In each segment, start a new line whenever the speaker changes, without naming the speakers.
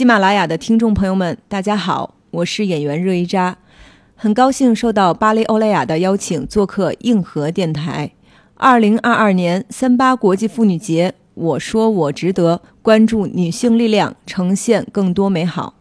喜马拉雅的听众朋友们，大家好，我是演员热依扎，很高兴受到巴黎欧莱雅的邀请做客硬核电台。2022年38国际妇女节，我说我值得，关注女性力量，呈现更多美好。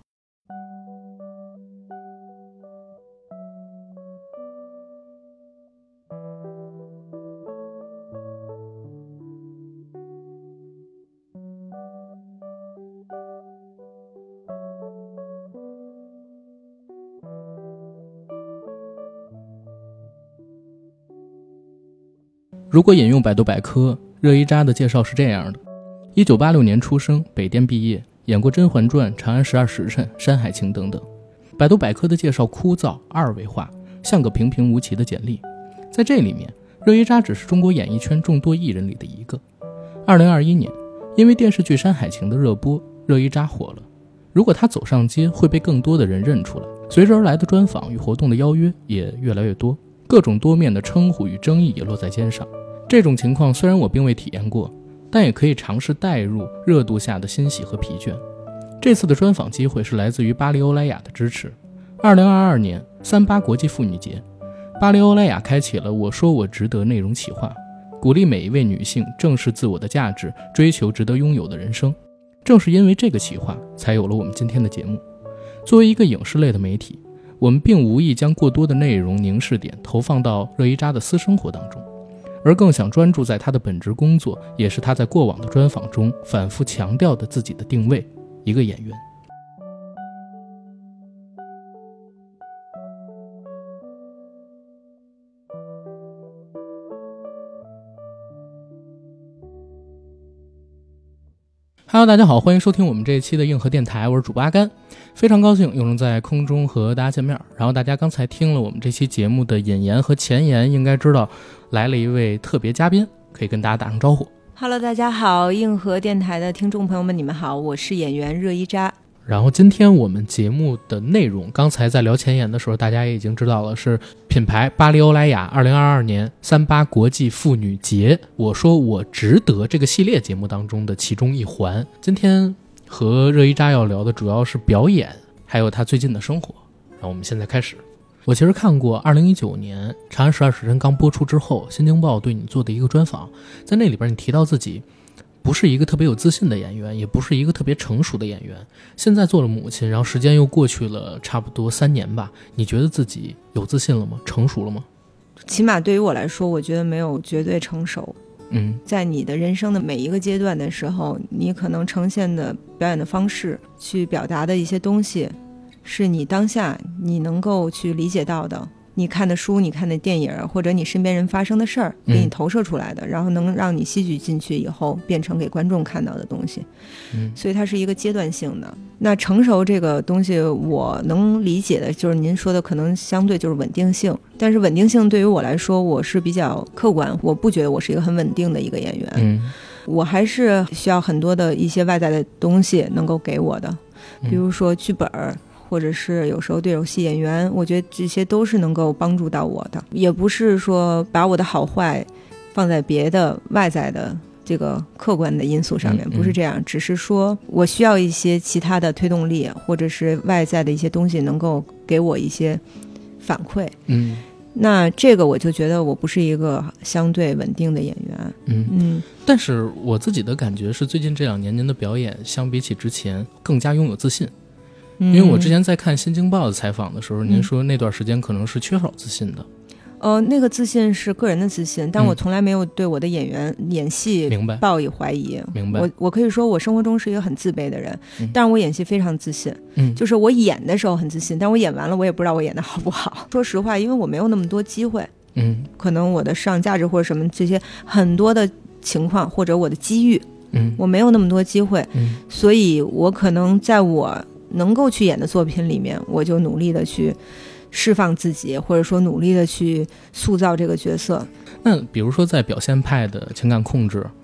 如果引用百度百科，热依扎的介绍是这样的：1986年出生，北电毕业，演过《甄嬛传》《长安十二时辰》《山海情》等等。百度百科的介绍枯燥二维化，像个平平无奇的简历。在这里面，热依扎只是中国演艺圈众多艺人里的一个。2021年，因为电视剧《山海情》的热播，热依扎火了。如果她走上街，会被更多的人认出来。随之而来的专访与活动的邀约也越来越多，各种多面的称呼与争议也落在肩上。这种情况虽然我并未体验过，但也可以尝试带入热度下的欣喜和疲倦。这次的专访机会是来自于巴黎欧莱雅的支持。2022年38国际妇女节，巴黎欧莱雅开启了我说我值得内容企划，鼓励每一位女性正视自我的价值，追求值得拥有的人生。正是因为这个企划，才有了我们今天的节目。作为一个影视类的媒体，我们并无意将过多的内容凝视点投放到热依扎的私生活当中，而更想专注在她的本职工作，也是她在过往的专访中反复强调的自己的定位，一个演员。Hello， 大家好，欢迎收听我们这一期的硬核电台，我是主播阿甘，非常高兴又能在空中和大家见面。然后大家刚才听了我们这期节目的引言和前言，应该知道来了一位特别嘉宾，可以跟大家打声招呼。
Hello， 大家好，硬核电台的听众朋友们，你们好，我是演员热依扎。
然后今天我们节目的内容，刚才在聊前言的时候，大家也已经知道了，是品牌巴黎欧莱雅2022年38国际妇女节，我说我值得这个系列节目当中的其中一环。今天和热依扎要聊的主要是表演，还有她最近的生活。然后我们现在开始。我其实看过2019年《长安十二时辰》刚播出之后，新京报对你做的一个专访，在那里边你提到自己不是一个特别有自信的演员，也不是一个特别成熟的演员。现在做了母亲，然后时间又过去了差不多3年吧，你觉得自己有自信了吗？成熟了吗？
起码对于我来说，我觉得没有绝对成熟。在你的人生的每一个阶段的时候，你可能呈现的表演的方式，去表达的一些东西，是你当下你能够去理解到的。你看的书，你看的电影，或者你身边人发生的事儿给你投射出来的，然后能让你吸取进去以后变成给观众看到的东西。所以它是一个阶段性的。那成熟这个东西我能理解的就是您说的可能相对就是稳定性，但是稳定性对于我来说我是比较客观，我不觉得我是一个很稳定的一个演员。我还是需要很多的一些外在的东西能够给我的，比如说剧本，或者是有时候对手戏演员，我觉得这些都是能够帮助到我的。也不是说把我的好坏放在别的外在的这个客观的因素上面，不是这样，只是说我需要一些其他的推动力，或者是外在的一些东西能够给我一些反馈。那这个我就觉得我不是一个相对稳定的演员。
但是我自己的感觉是，最近这2年您的表演相比起之前更加拥有自信。因为我之前在看新京报的采访的时候，您说那段时间可能是缺少自信的。
那个自信是个人的自信，但我从来没有对我的演戏抱以怀疑。
明白。
我可以说我生活中是一个很自卑的人，但是我演戏非常自信。就是我演的时候很自信，但我演完了我也不知道我演的好不好。说实话，因为我没有那么多机会，可能我的市场价值或者什么这些很多的情况，或者我的机遇，我没有那么多机会，所以我可能在我能够去演的作品里面，我就努力的去释放自己，或者说努力的去塑造这个角色。
那比如说在表现派的情感控制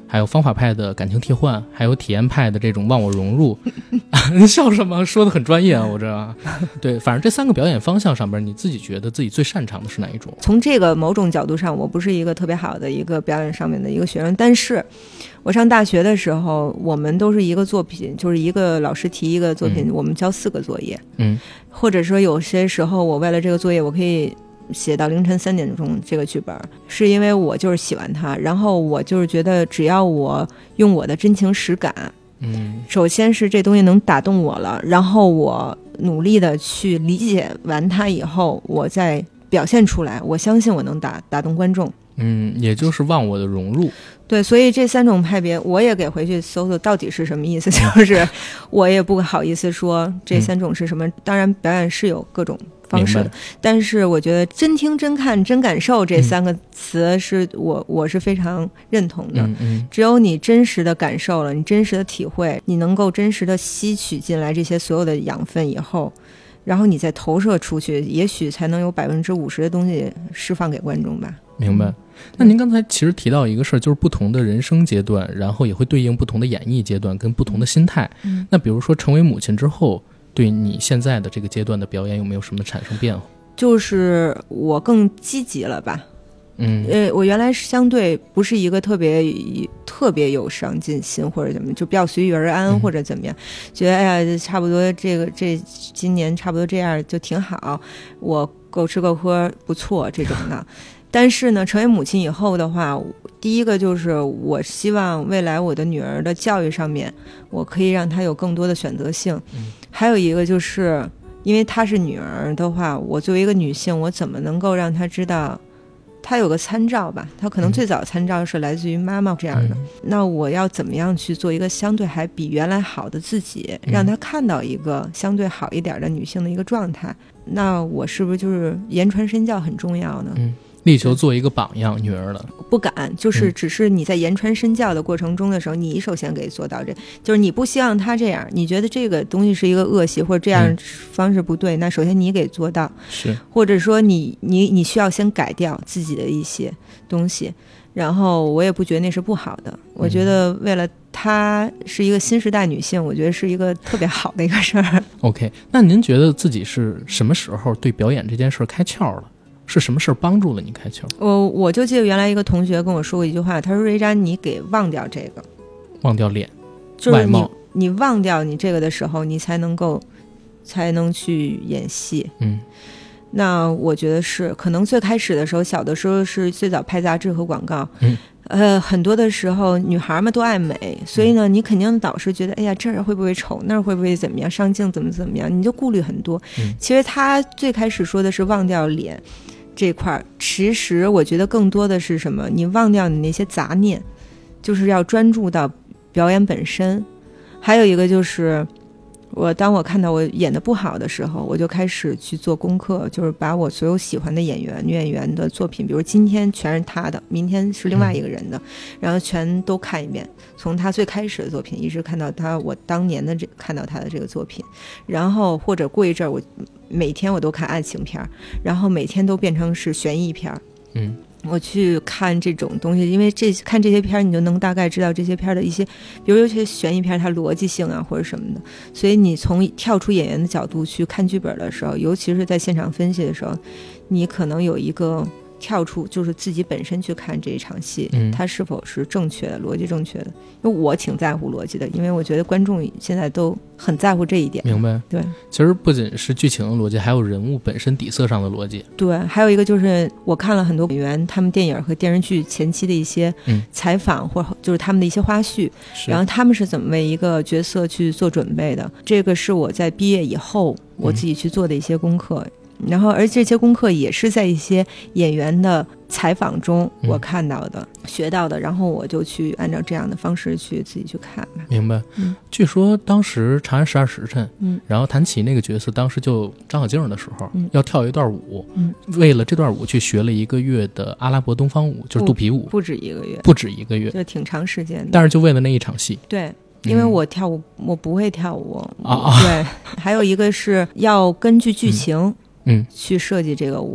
还有方法派的感情替换，还有体验派的这种忘我融入。你笑什么？说的很专业啊，我这对，反正这3个表演方向上边，你自己觉得自己最擅长的是哪一种？
从这个某种角度上，我不是一个特别好的一个表演上面的一个学生，但是我上大学的时候，我们都是一个作品，就是一个老师提一个作品，我们交4个作业，或者说有些时候我为了这个作业，我可以写到凌晨3点钟这个剧本，是因为我就是喜欢它，然后我就是觉得只要我用我的真情实感，首先是这东西能打动我了，然后我努力的去理解完它以后，我再表现出来，我相信我能打动观众。
也就是忘我的融入。
对，所以这3种派别我也给回去搜搜到底是什么意思，就是我也不好意思说这3种是什么，当然表演是有各种方式的，但是我觉得真听真看真感受这3个词是我是非常认同的。只有你真实的感受了，你真实的体会，你能够真实的吸取进来这些所有的养分以后，然后你再投射出去，也许才能有50%的东西释放给观众吧。
明白。那您刚才其实提到一个事儿，就是不同的人生阶段，然后也会对应不同的演艺阶段跟不同的心态。那比如说成为母亲之后，对你现在的这个阶段的表演有没有什么产生变化？
就是我更积极了吧。我原来相对不是一个特别有上进心或者怎么，就比较随遇而安或者怎么样，觉得哎呀差不多这今年差不多这样就挺好，我够吃够喝不错这种的。但是呢，成为母亲以后的话，第一个就是我希望未来我的女儿的教育上面，我可以让她有更多的选择性。还有一个就是因为她是女儿的话，我作为一个女性，我怎么能够让她知道她有个参照吧，她可能最早参照是来自于妈妈这样的，那我要怎么样去做一个相对还比原来好的自己，让她看到一个相对好一点的女性的一个状态，那我是不是就是言传身教很重要呢？
力求做一个榜样，女儿的
不敢，就是只是你在言传身教的过程中的时候，你首先给做到就是你不希望他这样，你觉得这个东西是一个恶习或者这样方式不对，那首先你给做到，
是，
或者说你需要先改掉自己的一些东西，然后我也不觉得那是不好的，我觉得为了她是一个新时代女性，我觉得是一个特别好的一个事儿。
OK， 那您觉得自己是什么时候对表演这件事开窍了？是什么事帮助了你开窍？
我就记得原来一个同学跟我说过一句话，他说瑞詹，你给忘掉这个，
忘掉脸，
就是
外貌，
你忘掉你这个的时候，你才能去演戏。那我觉得是可能最开始的时候，小的时候是最早拍杂志和广告，很多的时候女孩们都爱美，所以呢你肯定导师觉得哎呀这儿会不会丑，那儿会不会怎么样，上镜怎么样，你就顾虑很多。其实他最开始说的是忘掉脸这块，其实我觉得更多的是什么，你忘掉你那些杂念，就是要专注到表演本身。还有一个就是当我看到我演得不好的时候，我就开始去做功课，就是把我所有喜欢的演员女演员的作品，比如今天全是他的，明天是另外一个人的，然后全都看一遍，从他最开始的作品一直看到我当年的看到他的这个作品，然后或者过一阵我每天我都看爱情片，然后每天都变成是悬疑片。我去看这种东西，因为看这些片你就能大概知道这些片的一些，比如有些悬疑片它逻辑性啊或者什么的，所以你从跳出演员的角度去看剧本的时候，尤其是在现场分析的时候，你可能有一个跳出，就是自己本身去看这一场戏，它是否是正确的，逻辑正确的。因为我挺在乎逻辑的，因为我觉得观众现在都很在乎这一点。
明白。
对，
其实不仅是剧情的逻辑，还有人物本身底色上的逻辑。
对，还有一个就是我看了很多演员他们电影和电视剧前期的一些采访，或者就是他们的一些花絮，然后他们是怎么为一个角色去做准备的，这个是我在毕业以后我自己去做的一些功课。然后而这些功课也是在一些演员的采访中我看到的、学到的，然后我就去按照这样的方式去自己去看吧。
明白。据说当时《长安十二时辰》然后谭琪那个角色当时就张小静的时候要跳一段舞，为了这段舞去学了1个月的阿拉伯东方舞，就是肚皮舞。
不止一个月，就挺长时间的，
但是就为了那一场戏。
对，因为我跳舞我不会跳舞对，还有一个是要根据剧情去设计这个舞，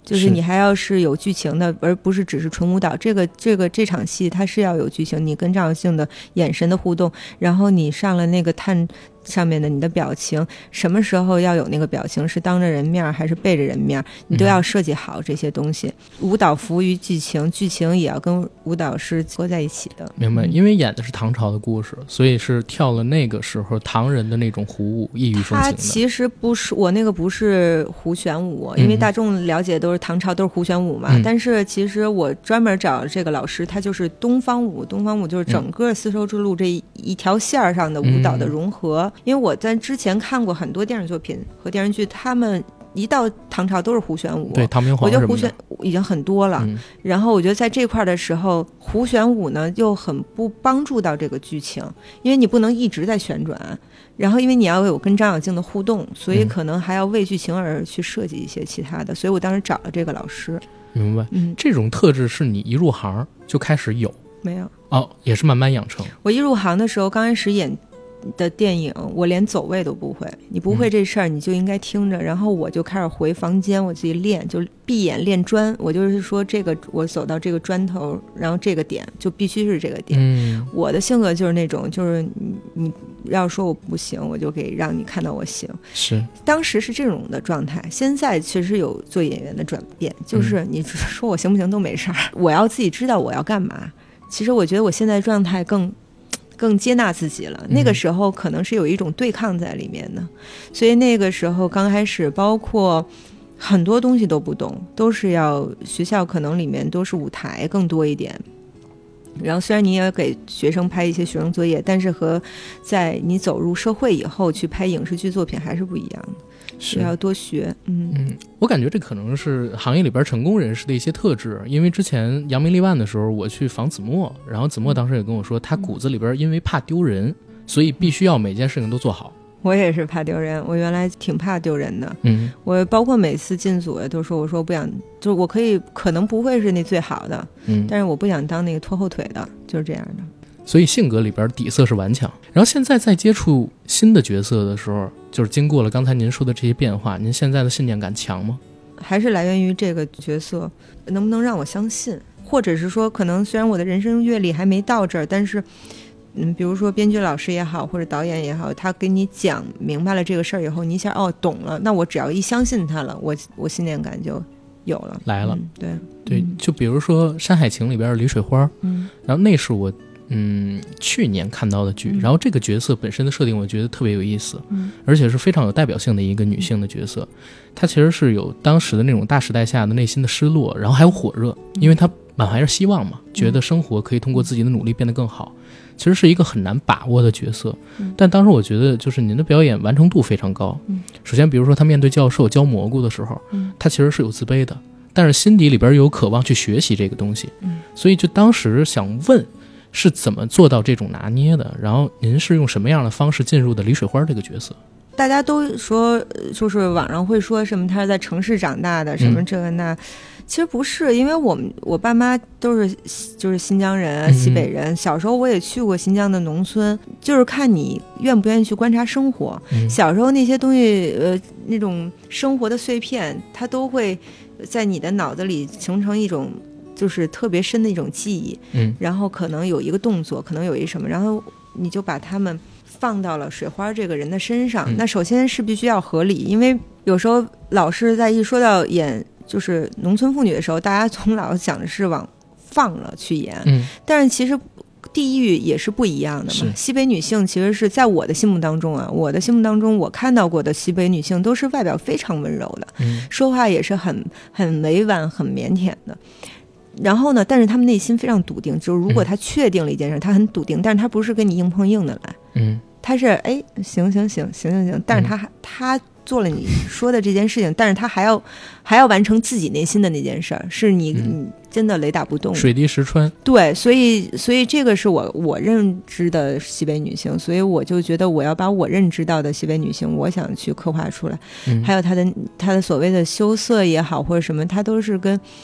就是你还要是有剧情的，而不是只是纯舞蹈。这场戏它是要有剧情，你跟张小静的眼神的互动，然后你上了那个探上面的你的表情，什么时候要有那个表情，是当着人面还是背着人面，你都要设计好这些东西。舞蹈服务于剧情，剧情也要跟舞蹈是合在一起的。
明白，因为演的是唐朝的故事，所以是跳了那个时候唐人的那种胡舞，异域风情的。它
其实不是，我那个不是胡旋舞，因为大众了解都是唐朝都是胡旋舞嘛。但是其实我专门找这个老师，他就是东方舞，东方舞就是整个丝绸之路这一条线上的舞蹈的融合。因为我在之前看过很多电视作品和电视剧，他们一到唐朝都是胡旋舞，
对，唐明皇什么的，
我觉得胡旋舞已经很多了。然后我觉得在这块的时候，胡旋舞呢又很不帮助到这个剧情，因为你不能一直在旋转，然后因为你要有跟张小静的互动，所以可能还要为剧情而去设计一些其他的。所以我当时找了这个老师。
明白。这种特质是你一入行就开始有？
没有
哦，也是慢慢养成。
我一入行的时候，刚开始演的电影我连走位都不会，你不会这事儿你就应该听着，然后我就开始回房间我自己练，就闭眼练砖。我就是说这个我走到这个砖头，然后这个点就必须是这个点。我的性格就是那种，就是你要说我不行，我就给让你看到我行。
是
当时是这种的状态，现在确实有做演员的转变，就是你说我行不行都没事儿，我要自己知道我要干嘛。其实我觉得我现在状态更接纳自己了，那个时候可能是有一种对抗在里面的，所以那个时候刚开始包括很多东西都不懂，都是要学校可能里面都是舞台更多一点，然后虽然你也给学生拍一些学生作业，但是和在你走入社会以后去拍影视剧作品还是不一样的，是要多学。
我感觉这可能是行业里边成功人士的一些特质，因为之前扬名立万的时候我去访子墨，然后子墨当时也跟我说，他骨子里边因为怕丢人，所以必须要每件事情都做好。
我也是怕丢人，我原来挺怕丢人的。我包括每次进组都说，我说不想，就是我可能不会是那最好的，但是我不想当那个拖后腿的，就是这样的。
所以性格里边底色是顽强。然后现在在接触新的角色的时候，就是经过了刚才您说的这些变化，您现在的信念感强吗？
还是来源于这个角色能不能让我相信，或者是说可能虽然我的人生阅历还没到这儿，但是比如说编剧老师也好或者导演也好，他给你讲明白了这个事儿以后，你一下懂了，那我只要一相信他了，我信念感就有了，
来了。
对，
就比如说《山海情》里边的李水花，然后那是我去年看到的剧，然后这个角色本身的设定我觉得特别有意思，而且是非常有代表性的一个女性的角色。她其实是有当时的那种大时代下的内心的失落，然后还有火热，因为她满怀着希望嘛，觉得生活可以通过自己的努力变得更好，其实是一个很难把握的角色。但当时我觉得就是您的表演完成度非常高。首先比如说她面对教授教蘑菇的时候，她其实是有自卑的，但是心底里边有渴望去学习这个东西，所以就当时想问是怎么做到这种拿捏的，然后您是用什么样的方式进入的李水花这个角色？
大家都说就是网上会说什么他是在城市长大的，什么这个那，其实不是，因为我爸妈都是就是新疆人西北人，小时候我也去过新疆的农村，就是看你愿不愿意去观察生活。小时候那些东西那种生活的碎片，它都会在你的脑子里形成一种就是特别深的一种记忆，然后可能有一个动作，可能有一什么，然后你就把它们放到了水花这个人的身上。那首先是必须要合理，因为有时候老师在一说到演就是农村妇女的时候，大家总老想的是往放了去演，但是其实地域也是不一样的嘛。西北女性其实是在我的心目当中我看到过的西北女性都是外表非常温柔的，说话也是很委婉很腼腆的，然后呢但是他们内心非常笃定，就是如果他确定了一件事，他很笃定，但是他不是跟你硬碰硬的来，他是行，但是他做了你说的这件事情，但是他还要完成自己内心的那件事儿，是你真的雷打不动，
水滴石穿。对，
所以这个是我认知的西北女性，所以我就觉得我要把我认知到的西北女性，我想去刻画出来，还有她的所谓的羞涩也好或者什么，她都是跟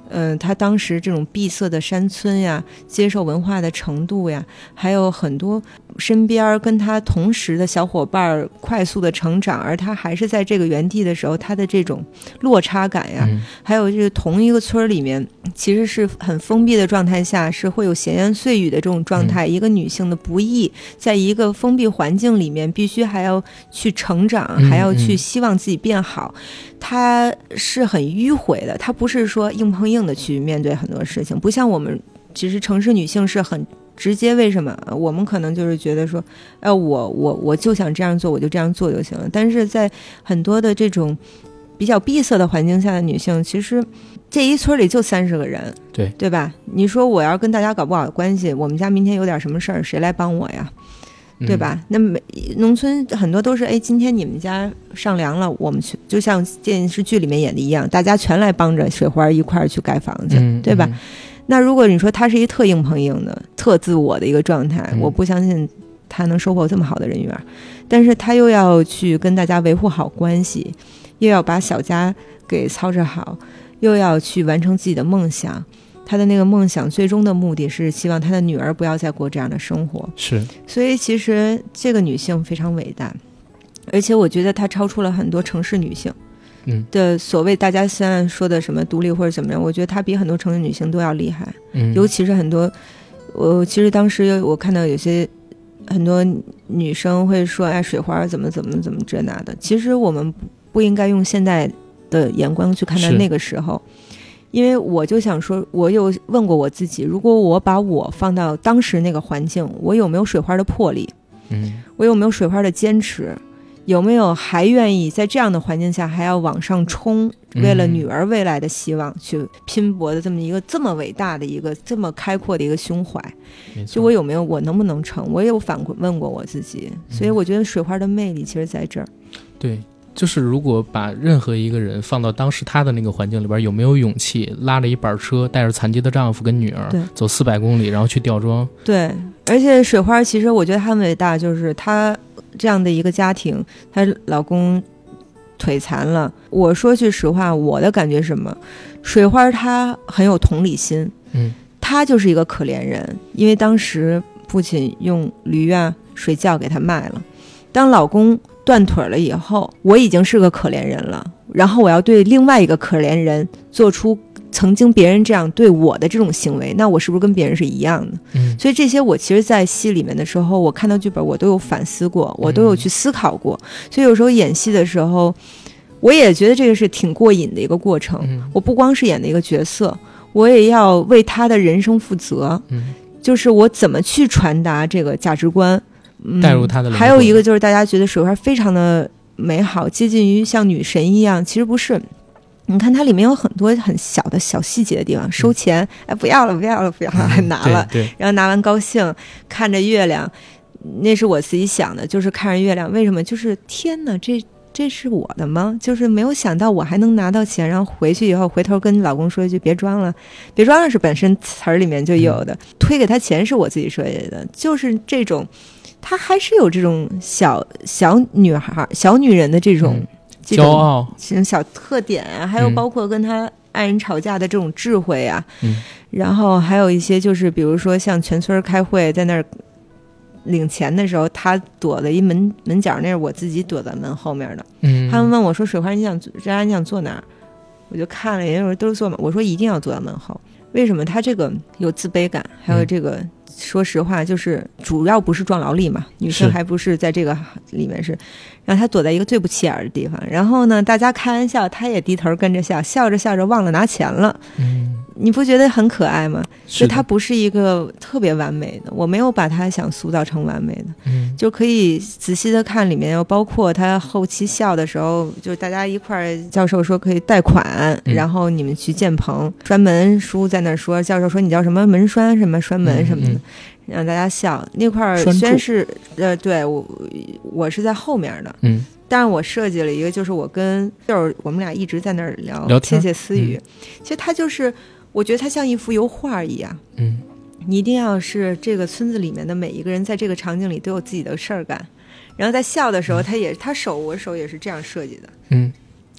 他当时这种闭塞的山村呀，接受文化的程度呀，还有很多身边跟他同时的小伙伴快速的成长，而他还是在这个原地的时候，他的这种落差感呀，还有这个同一个村里面其实是很封闭的状态下，是会有闲言碎语的这种状态，一个女性的不易，在一个封闭环境里面必须还要去成长，还要去希望自己变好，她是很迂回的，她不是说硬碰硬的去面对很多事情，不像我们其实城市女性是很直接。为什么我们可能就是觉得说我就想这样做，我就这样做就行了，但是在很多的这种比较闭塞的环境下的女性，其实这一村里就30个人，对吧？你说我要跟大家搞不好关系，我们家明天有点什么事儿，谁来帮我呀？对吧？那农村很多都是今天你们家上梁了，我们去，就像电视剧里面演的一样，大家全来帮着水花一块儿去盖房子，对吧？那如果你说他是一特硬碰硬的特自我的一个状态，我不相信他能收获这么好的人缘，但是他又要去跟大家维护好关系，又要把小家给操持好，又要去完成自己的梦想，他的那个梦想最终的目的是希望他的女儿不要再过这样的生活。
是，
所以其实这个女性非常伟大，而且我觉得她超出了很多城市女性的所谓大家现在说的什么独立或者怎么样，我觉得她比很多城市女性都要厉害。尤其是很多其实当时我看到有些很多女生会说水花怎么这那的，其实我们不应该用现在的眼光去看待那个时候。因为我就想说，我有问过我自己，如果我把我放到当时那个环境，我有没有水花的魄力？我有没有水花的坚持？有没有还愿意在这样的环境下还要往上冲，为了女儿未来的希望去拼搏的这么一个这么伟大的一个这么开阔的一个胸怀？就我有没有，我能不能成？我也有反问过我自己。所以我觉得水花的魅力其实在这儿。
对，就是如果把任何一个人放到当时他的那个环境里边，有没有勇气拉着一板车，带着残疾的丈夫跟女儿走400公里，然后去吊庄？
对，而且水花其实我觉得她很伟大，就是她这样的一个家庭，她老公腿残了。我说句实话，我的感觉是什么？水花她很有同理心，她就是一个可怜人，因为当时父亲用驴水窖给她卖了，当老公断腿了以后，我已经是个可怜人了，然后我要对另外一个可怜人做出曾经别人这样对我的这种行为，那我是不是跟别人是一样的？所以这些我其实在戏里面的时候，我看到剧本我都有反思过，我都有去思考过，所以有时候演戏的时候我也觉得这个是挺过瘾的一个过程。我不光是演的一个角色，我也要为他的人生负责，就是我怎么去传达这个价值观，
带入他的。
还有一个就是大家觉得水花非常的美好，接近于像女神一样，其实不是。你看它里面有很多很小的小细节的地方，收钱，不要了，拿了，然后拿完高兴，看着月亮，那是我自己想的，就是看着月亮，为什么？就是天哪，这是我的吗？就是没有想到我还能拿到钱，然后回去以后回头跟老公说一句别装了是本身词儿里面就有的，推给他钱是我自己设计的，就是这种，他还是有这种小女孩、小女人的这种。
骄傲，
这种小特点啊，还有包括跟他爱人吵架的这种智慧啊，然后还有一些就是比如说像全村开会在那儿领钱的时候，他躲在一门角，那是我自己躲在门后面的。他们问我说：“水花，你想坐哪儿？”我就看了，有人都是坐门，我说一定要坐在门后。为什么？他这个有自卑感，还有这个。说实话，就是主要不是壮劳力嘛，女生还不是在这个里面是，让她躲在一个最不起眼的地方。然后呢，大家开玩笑，她也低头跟着笑，笑着笑着忘了拿钱了。你不觉得很可爱吗？就她不是一个特别完美的，我没有把她想塑造成完美的。就可以仔细的看里面，包括她后期笑的时候，就大家一块儿，教授说可以贷款，然后你们去建棚，专门书在那说，教授说你叫什么门栓什么栓门什么的。让大家笑那块儿，虽然是对我是在后面的，但是我设计了一个，就是我们俩一直在那儿聊窃窃私语。其实他就是，我觉得他像一幅油画一样，你一定要是这个村子里面的每一个人，在这个场景里都有自己的事儿干，然后在笑的时候，我手也是这样设计的，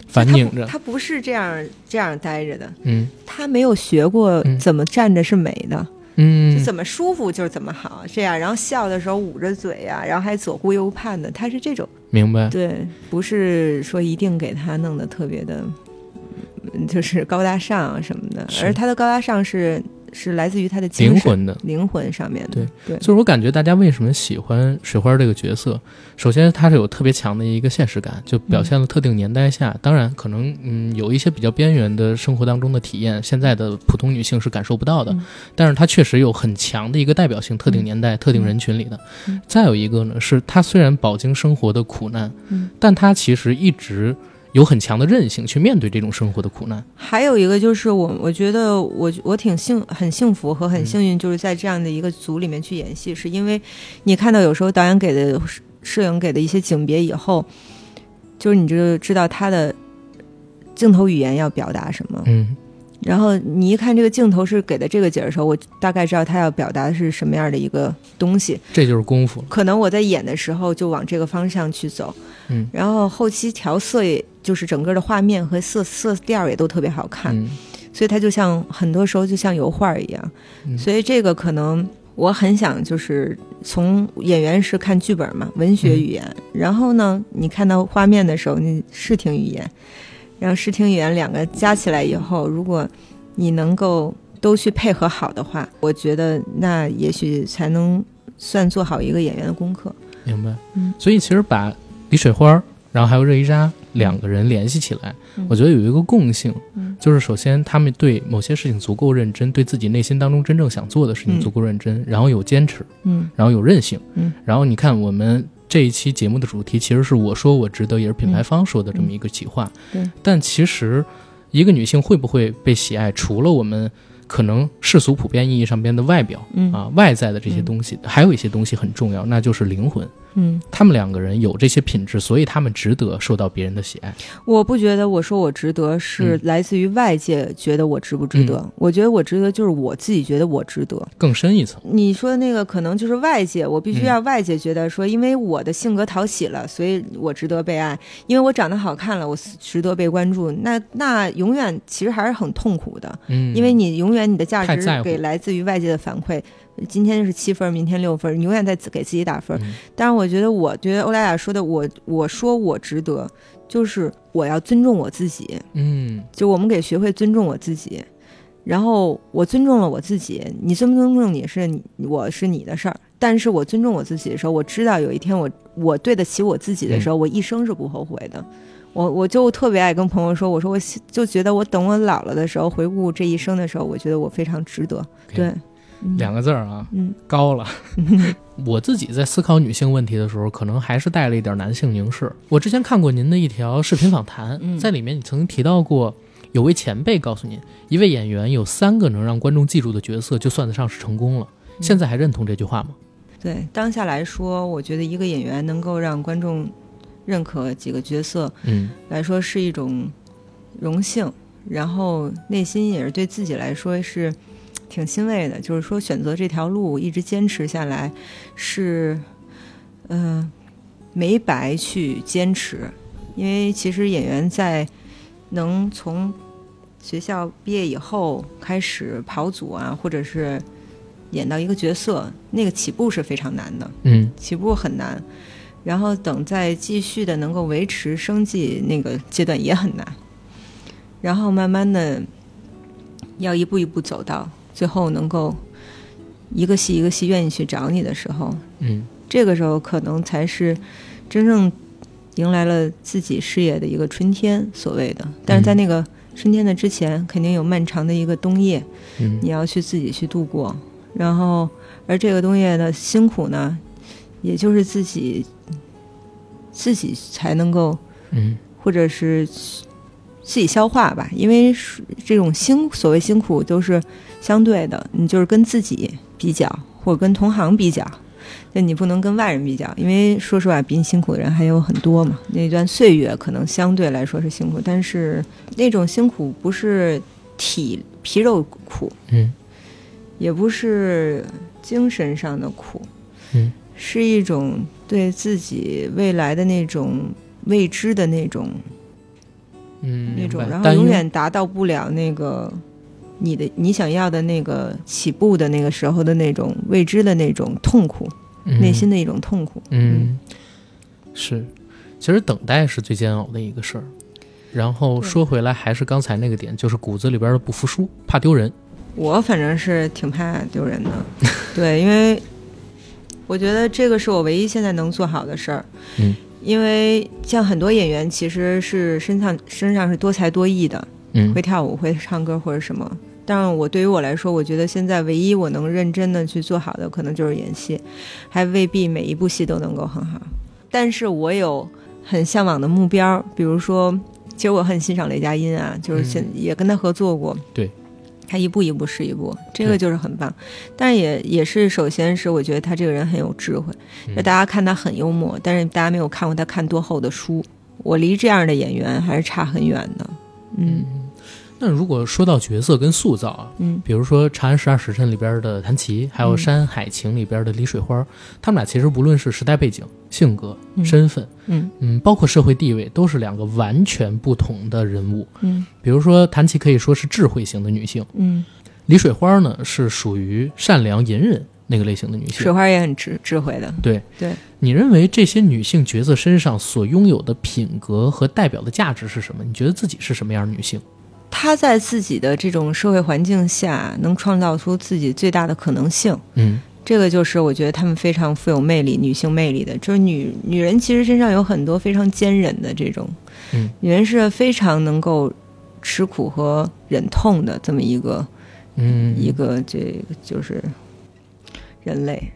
反拧着，
他不是这样待着的，他没有学过怎么站着是美的，就怎么舒服就是怎么好，这样，然后笑的时候捂着嘴啊，然后还左顾右盼的，他是这种，
明白？
对，不是说一定给他弄得特别的，就是高大上啊什么的，而他的高大上是来自于他的精神灵魂上面的。对，
就是我感觉大家为什么喜欢水花这个角色，首先它是有特别强的一个现实感，就表现了特定年代下，当然可能有一些比较边缘的生活当中的体验，现在的普通女性是感受不到的，但是它确实有很强的一个代表性，特定年代、特定人群里的。再有一个呢，是它虽然饱经生活的苦难，但它其实一直有很强的韧性去面对这种生活的苦难。
还有一个就是我觉得我很幸福和很幸运，就是在这样的一个组里面去演戏，是因为你看到有时候导演给的摄影给的一些景别以后，就是你就知道他的镜头语言要表达什么，然后你一看这个镜头是给的这个景的时候，我大概知道他要表达的是什么样的一个东西，
这就是功夫。
可能我在演的时候就往这个方向去走，然后后期调色也就是整个的画面和色调也都特别好看，所以它就像很多时候就像油画一样，所以这个可能我很想就是从演员是看剧本嘛，文学语言，然后呢你看到画面的时候你视听语言，然后视听语言两个加起来以后，如果你能够都去配合好的话，我觉得那也许才能算做好一个演员的功课。
明白。所以其实把李水花然后还有热依扎两个人联系起来，我觉得有一个共性，就是首先他们对某些事情足够认真，对自己内心当中真正想做的事情足够认真，然后有坚持，然后有韧性，然后你看我们这一期节目的主题其实是我说我值得，也是品牌方说的这么一个企划，但其实一个女性会不会被喜爱，除了我们可能世俗普遍意义上边的外表，外在的这些东西，还有一些东西很重要，那就是灵魂。他们两个人有这些品质，所以他们值得受到别人的喜爱。
我不觉得我说我值得是来自于外界觉得我值不值得，我觉得我值得就是我自己觉得我值得，
更深一层。
你说的那个可能就是外界，我必须让外界觉得说因为我的性格讨喜了，所以我值得被爱，因为我长得好看了我值得被关注，那永远其实还是很痛苦的，因为你永远你的价值给来自于外界的反馈，今天是7分明天6分，你永远在给自己打分。但是我觉得欧莱雅说的我说我值得，就是我要尊重我自己，就我们给学会尊重我自己，然后我尊重了我自己，你尊不尊重我是你的事儿，但是我尊重我自己的时候，我知道有一天我对得起我自己的时候，我一生是不后悔的。我就特别爱跟朋友说，我说我就觉得我等我老了的时候，回顾这一生的时候，我觉得我非常值得。对
，2个字啊，高了。我自己在思考女性问题的时候，可能还是带了一点男性凝视。我之前看过您的一条视频访谈，在里面你曾经提到过，有位前辈告诉您，一位演员有3个能让观众记住的角色，就算得上是成功了。现在还认同这句话吗？
对，当下来说，我觉得一个演员能够让观众认可几个角色，来说是一种荣幸，然后内心也是对自己来说是挺欣慰的，就是说选择这条路一直坚持下来是没白去坚持，因为其实演员在能从学校毕业以后开始跑组啊，或者是演到一个角色，那个起步是非常难的，起步很难，然后等再继续的能够维持生计那个阶段也很难，然后慢慢的要一步一步走到最后能够一个戏一个戏愿意去找你的时候，这个时候可能才是真正迎来了自己事业的一个春天所谓的，但是在那个春天的之前肯定有漫长的一个冬夜，你要去自己去度过，然后而这个冬夜的辛苦呢也就是自己才能够或者是自己消化吧，因为这种所谓辛苦都是相对的，你就是跟自己比较或者跟同行比较，但你不能跟外人比较，因为说实话比你辛苦的人还有很多嘛，那段岁月可能相对来说是辛苦，但是那种辛苦不是皮肉苦，也不是精神上的苦，是一种对自己未来的那种未知的那种那种，然后永远达到不了那个你想要的那个起步的那个时候的那种未知的那种痛苦，内心的一种痛苦。
是，其实等待是最煎熬的一个事儿。然后说回来，还是刚才那个点，就是骨子里边的不服输，怕丢人。
我反正是挺怕丢人的，对，因为我觉得这个是我唯一现在能做好的事儿。因为像很多演员其实是身上是多才多艺的，会跳舞会唱歌或者什么，但是对于我来说，我觉得现在唯一我能认真的去做好的可能就是演戏，还未必每一部戏都能够很好，但是我有很向往的目标，比如说其实我很欣赏雷佳音啊，就是也跟他合作过，
对，
他一步一步是一步，这个就是很棒。但是也是首先是我觉得他这个人很有智慧，大家看他很幽默，但是大家没有看过他看多厚的书，我离这样的演员还是差很远的。
那如果说到角色跟塑造啊，比如说《长安十二时辰》里边的谭琪，还有《山海情》里边的李水花，他们俩其实不论是时代背景、性格、身份，包括社会地位，都是两个完全不同的人物。比如说谭琪可以说是智慧型的女性，李水花呢是属于善良隐忍那个类型的女性。
水花也很智慧的。
对，你认为这些女性角色身上所拥有的品格和代表的价值是什么？你觉得自己是什么样的女性？
她在自己的这种社会环境下能创造出自己最大的可能性，这个就是我觉得她们非常富有魅力，女性魅力的。就是女人其实身上有很多非常坚韧的这种，女人是非常能够吃苦和忍痛的这么一个这个就是人类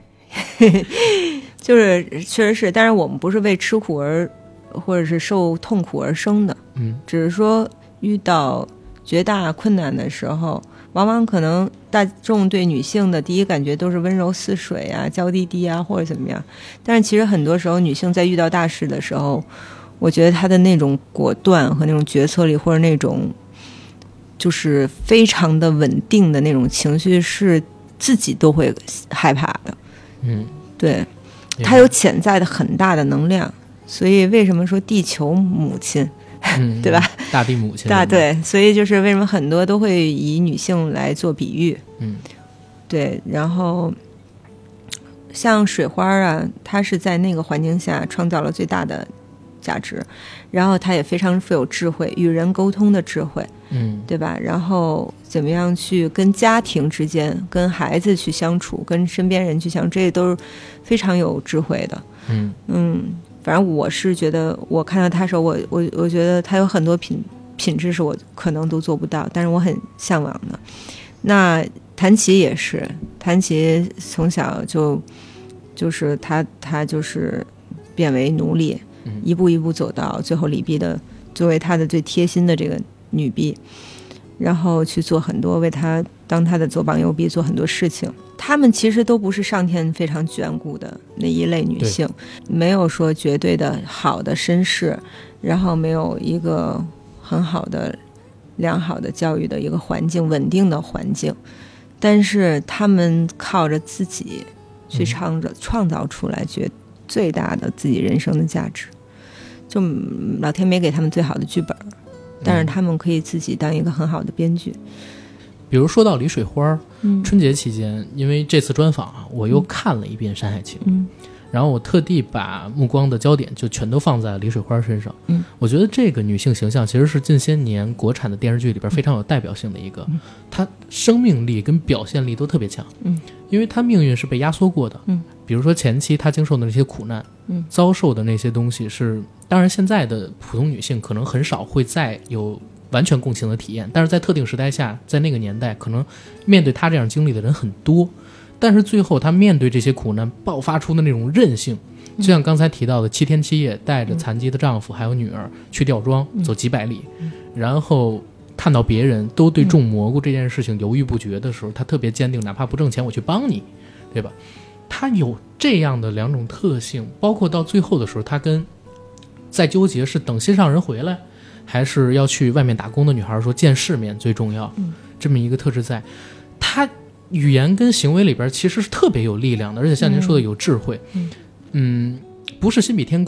就是确实是，但是我们不是为吃苦或者是受痛苦而生的，只是说遇到绝大困难的时候，往往可能大众对女性的第一感觉都是温柔似水啊、娇滴滴啊或者怎么样，但是其实很多时候女性在遇到大事的时候，我觉得她的那种果断和那种决策力，或者那种就是非常的稳定的那种情绪，是自己都会害怕的。对，她有潜在的很大的能量，所以为什么说地球母亲对吧？
大地母亲。
对，所以就是为什么很多都会以女性来做比喻。对，然后像水花啊，她是在那个环境下创造了最大的价值，然后她也非常富有智慧，与人沟通的智慧，对吧？然后怎么样去跟家庭之间、跟孩子去相处、跟身边人去相处，这些都是非常有智慧的。反正我是觉得，我看到他的时候，我觉得他有很多品质是我可能都做不到，但是我很向往的。那谭琪也是，谭琪从小就是他就是变为奴隶，一步一步走到最后李泌的作为他的最贴心的这个女婢，然后去做很多为他当他的左膀右臂做很多事情。她们其实都不是上天非常眷顾的那一类女性，没有说绝对的好的身世，然后没有一个很好的良好的教育的一个环境，稳定的环境，但是她们靠着自己去创造出来最大的自己人生的价值。就老天没给他们最好的剧本，但是他们可以自己当一个很好的编剧。
比如说到李水花，春节期间因为这次专访啊，我又看了一遍《山海情》，然后我特地把目光的焦点就全都放在李水花身上。我觉得这个女性形象其实是近些年国产的电视剧里边非常有代表性的一个，她生命力跟表现力都特别强。因为她命运是被压缩过的。比如说前期她经受的那些苦难，遭受的那些东西是，当然现在的普通女性可能很少会再有完全共情的体验，但是在特定时代下，在那个年代可能面对她这样经历的人很多，但是最后她面对这些苦难爆发出的那种韧性，就像刚才提到的7天7夜带着残疾的丈夫还有女儿去吊庄走几百里，然后看到别人都对种蘑菇这件事情犹豫不决的时候，她特别坚定，哪怕不挣钱我去帮你，对吧？她有这样的两种特性，包括到最后的时候，她在纠结是等心上人回来还是要去外面打工的女孩说见世面最重要，这么一个特质在她语言跟行为里边其实是特别有力量的，而且像您说的有智慧。不是心比天高，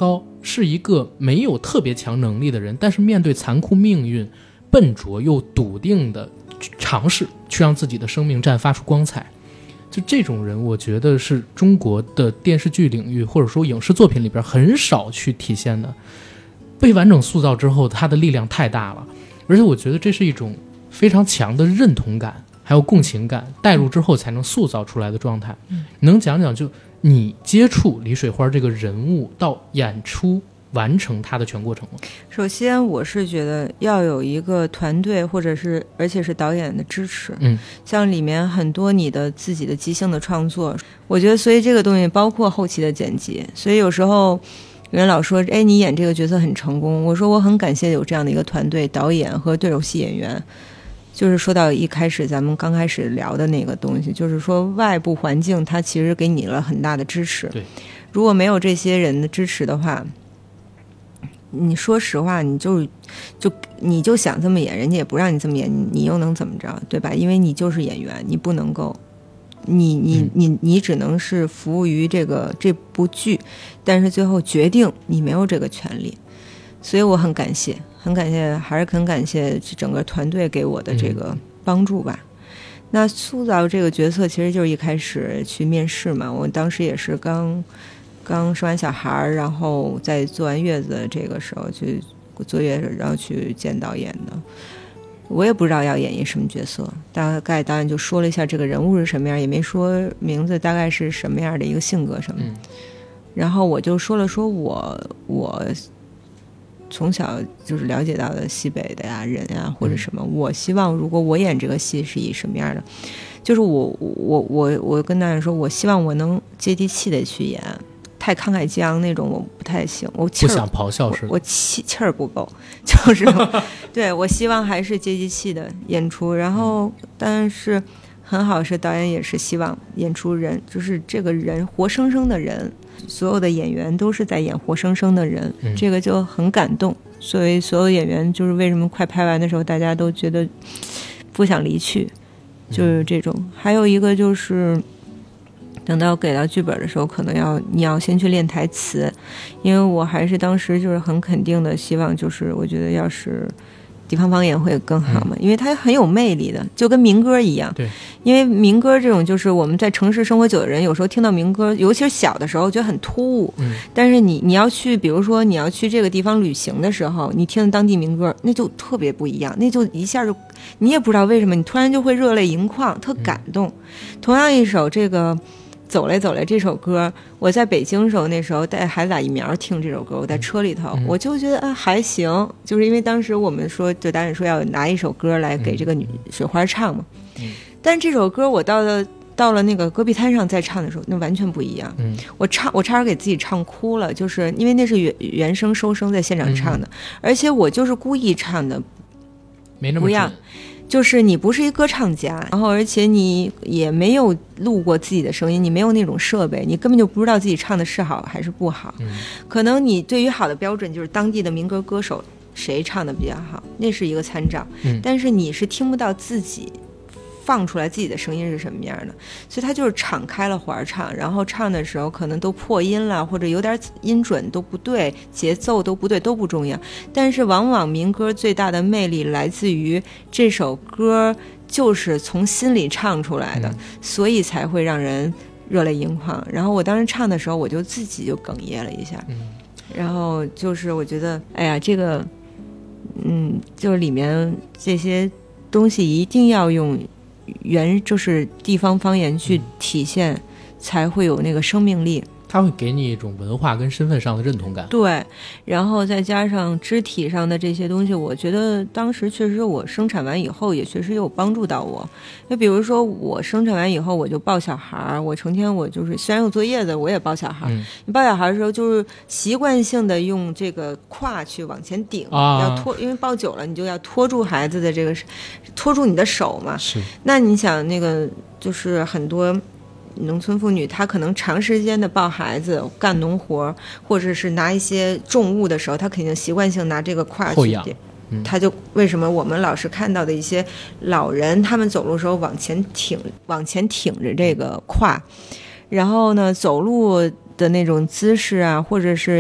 是一个没有特别强能力的人，但是面对残酷命运笨拙又笃定的尝试去让自己的生命绽发出光彩。就这种人我觉得是中国的电视剧领域或者说影视作品里边很少去体现的，被完整塑造之后他的力量太大了，而且我觉得这是一种非常强的认同感还有共情感带入之后才能塑造出来的状态。你能讲讲就你接触李水花这个人物到演出完成他的全过程吗？
首先我是觉得要有一个团队或者是而且是导演的支持，像里面很多你的自己的即兴的创作，我觉得所以这个东西包括后期的剪辑，所以有时候人老说哎，你演这个角色很成功，我说我很感谢有这样的一个团队，导演和对手戏演员。就是说到一开始咱们刚开始聊的那个东西，就是说外部环境它其实给你了很大的支持，
对，
如果没有这些人的支持的话，你说实话你就想这么演，人家也不让你这么演，你又能怎么着，对吧？因为你就是演员，你不能够你只能是服务于这部剧，但是最后决定你没有这个权利。所以我很感谢还是很感谢整个团队给我的这个帮助吧。那塑造这个角色其实就是一开始去面试嘛，我当时也是刚生完小孩，然后在坐完月子这个时候去坐月子，然后去见导演的。我也不知道要演一什么角色，大概导演就说了一下这个人物是什么样，也没说名字大概是什么样的一个性格什么。然后我就说了说我从小就是了解到的西北的呀人呀或者什么，我希望如果我演这个戏是以什么样的，就是我跟导演说我希望我能接地气的去演，太慷慨激昂那种我不太行，我气
不想咆哮似的，
我气儿不够，就是对，我希望还是接地气的演出。然后但是很好是导演也是希望演出人就是这个人活生生的人，所有的演员都是在演活生生的人，这个就很感动。所以所有演员就是为什么快拍完的时候大家都觉得不想离去，就是这种。还有一个就是等到给到剧本的时候，可能你要先去练台词，因为我还是当时就是很肯定的希望，就是我觉得要是地方方言会更好嘛，因为它很有魅力的，就跟民歌一样。
对，
因为民歌这种就是我们在城市生活久的人，有时候听到民歌，尤其是小的时候觉得很突兀。但是你要去，比如说你要去这个地方旅行的时候，你听当地民歌，那就特别不一样，那就一下就你也不知道为什么，你突然就会热泪盈眶，特感动。同样一首这个。走嘞走嘞这首歌，我在北京的时候，那时候带孩子打疫苗听这首歌，我在车里头，我就觉得还行，就是因为当时我们说，就导演说要拿一首歌来给这个水花唱嘛，但这首歌我到了那个戈壁滩上再唱的时候，那完全不一样。我差点给自己唱哭了，就是因为那是原声收声在现场唱的，而且我就是故意唱的，
没那么准。
就是你不是一歌唱家，然后而且你也没有录过自己的声音，你没有那种设备，你根本就不知道自己唱的是好还是不好。可能你对于好的标准就是当地的民歌歌手谁唱的比较好，那是一个参照。但是你是听不到自己放出来自己的声音是什么样的，所以他就是敞开了环唱，然后唱的时候可能都破音了，或者有点音准都不对，节奏都不对，都不重要。但是往往民歌最大的魅力来自于这首歌就是从心里唱出来的，所以才会让人热泪盈眶。然后我当时唱的时候，我就自己就哽咽了一下。然后就是我觉得，哎呀，这个，就是里面这些东西一定要用就是地方方言去体现，才会有那个生命力。
它会给你一种文化跟身份上的认同感。
对，然后再加上肢体上的这些东西，我觉得当时确实我生产完以后也确实有帮助到我。就比如说我生产完以后我就抱小孩，我成天我就是虽然有坐月子我也抱小孩。你抱小孩的时候就是习惯性的用这个胯去往前顶，要拖，因为抱久了你就要拖住孩子的这个，拖住你的手嘛。
是。
那你想那个就是很多农村妇女她可能长时间的抱孩子干农活，或者是拿一些重物的时候，她肯定习惯性拿这个胯去点。他就为什么我们老是看到的一些老人他们走路的时候往前挺着这个胯，然后呢走路的那种姿势啊，或者是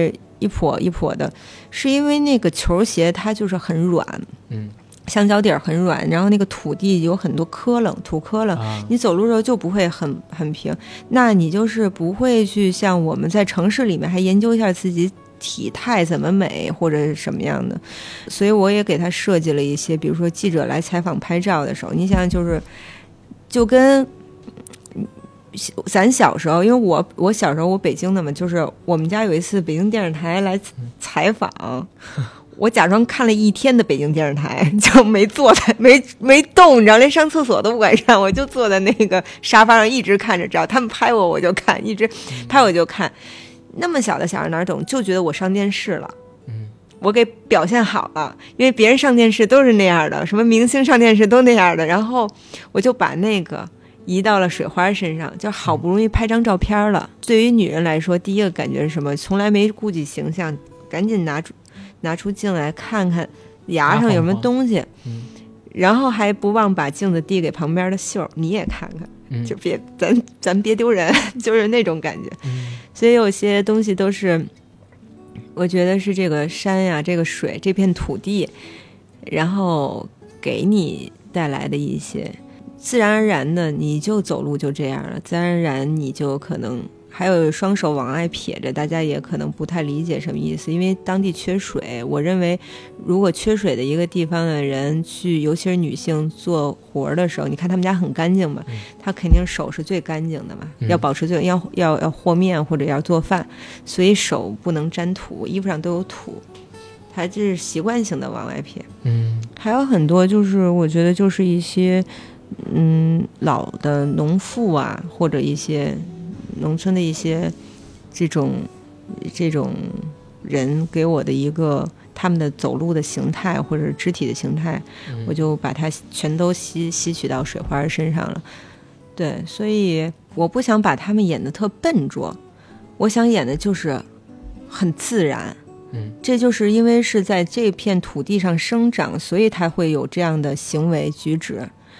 一跛一跛的，是因为那个球鞋它就是很软，香蕉底儿很软，然后那个土地有很多土坷冷，你走路的时候就不会很平，那你就是不会去像我们在城市里面还研究一下自己体态怎么美或者什么样的，所以我也给他设计了一些，比如说记者来采访拍照的时候，你想就跟咱小时候，因为我小时候我北京的嘛，就是我们家有一次北京电视台来采访，我假装看了一天的北京电视台，就没坐在没动，你知道，连上厕所都不敢上，我就坐在那个沙发上一直看着，只要他们拍我就看，一直拍我就看。那么小的小孩哪懂，就觉得我上电视了，我给表现好了，因为别人上电视都是那样的，什么明星上电视都那样的，然后我就把那个移到了水花身上，就好不容易拍张照片了。对于女人来说，第一个感觉是什么？从来没顾及形象，赶紧拿出镜来看看牙上有什么东西，然后还不忘把镜子递给旁边的秀，你也看看，就别咱别丢人，就是那种感觉。所以有些东西都是，我觉得是这个山呀，这个水，这片土地，然后给你带来的一些。自然而然的你就走路就这样了，自然而然你就可能还有双手往外撇着，大家也可能不太理解什么意思，因为当地缺水。我认为如果缺水的一个地方的人去，尤其是女性做活的时候，你看他们家很干净嘛，他肯定手是最干净的嘛，要保持要和面或者要做饭，所以手不能沾土，衣服上都有土，他这是习惯性的往外撇。还有很多就是我觉得就是一些老的农妇啊，或者一些农村的一些这种人给我的一个他们的走路的形态或者肢体的形态，我就把它全都吸取到水花身上了。对，所以我不想把他们演得特笨拙，我想演的就是很自然。这就是因为是在这片土地上生长，所以他会有这样的行为举止。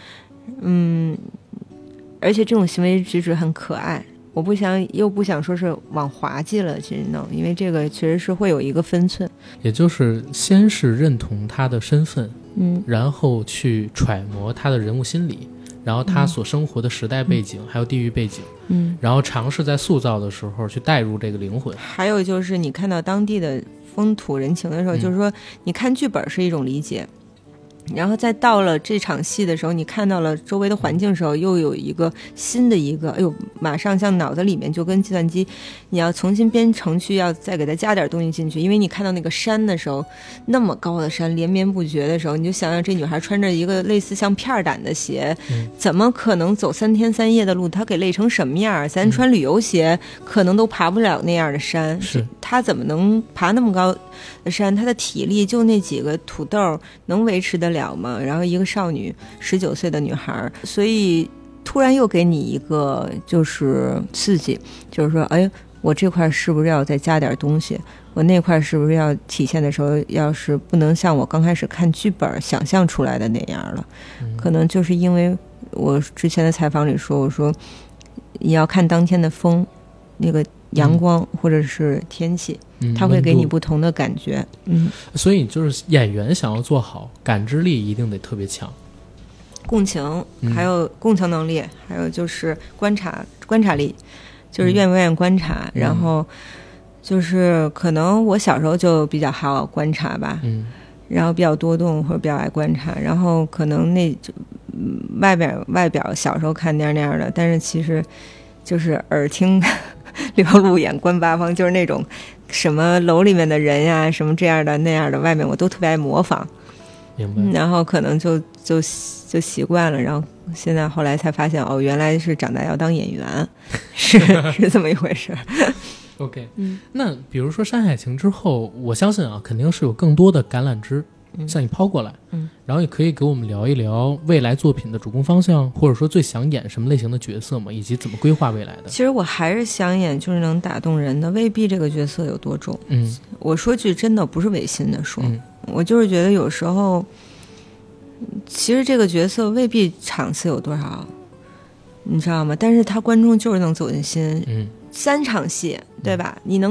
而且这种行为举止很可爱，我不想说是往滑稽了去弄，因为这个确实是会有一个分寸。
也就是先是认同他的身份，然后去揣摩他的人物心理，然后他所生活的时代背景，还有地域背景，然后尝试在塑造的时候去带入这个灵魂。
还有就是你看到当地的风土人情的时候，就是说你看剧本是一种理解，然后再到了这场戏的时候，你看到了周围的环境的时候，又有一个新的一个，马上像脑子里面就跟计算机，你要重新编程序，要再给它加点东西进去。因为你看到那个山的时候，那么高的山连绵不绝的时候，你就想想这女孩穿着一个类似像片胆的鞋，怎么可能走3天3夜的路？她给累成什么样？咱穿旅游鞋可能都爬不了那样的山，她怎么能爬那么高的山？她的体力就那几个土豆能维持得了吗？然后一个少女19岁的女孩，所以突然又给你一个就是刺激，就是说我这块是不是要再加点东西，我那块是不是要体现的时候要是不能像我刚开始看剧本想象出来的那样了。可能就是因为我之前的采访里说，我说你要看当天的风，那个阳光或者是天气，它会给你不同的感觉。
所以就是演员想要做好，感知力一定得特别强，
共情，还有共情能力，还有就是观察力，就是愿不愿意观察。然后就是可能我小时候就比较好观察吧，然后比较多动或者比较爱观察，然后可能外表小时候看那样的，但是其实就是耳听六路眼观八方，就是那种什么楼里面的人呀，什么这样的那样的，外面我都特别爱模仿。
明白。
然后可能就习惯了，然后现在后来才发现，原来是长大要当演员，是这么一回事。
OK，那比如说《山海情》之后，我相信肯定是有更多的橄榄枝向你抛过来，然后也可以给我们聊一聊未来作品的主攻方向，或者说最想演什么类型的角色嘛，以及怎么规划未来的。
其实我还是想演就是能打动人的，未必这个角色有多重。我说句真的，不是违心的说，我就是觉得有时候其实这个角色未必场次有多少，你知道吗？但是他观众就是能走进心。3场戏对吧，你能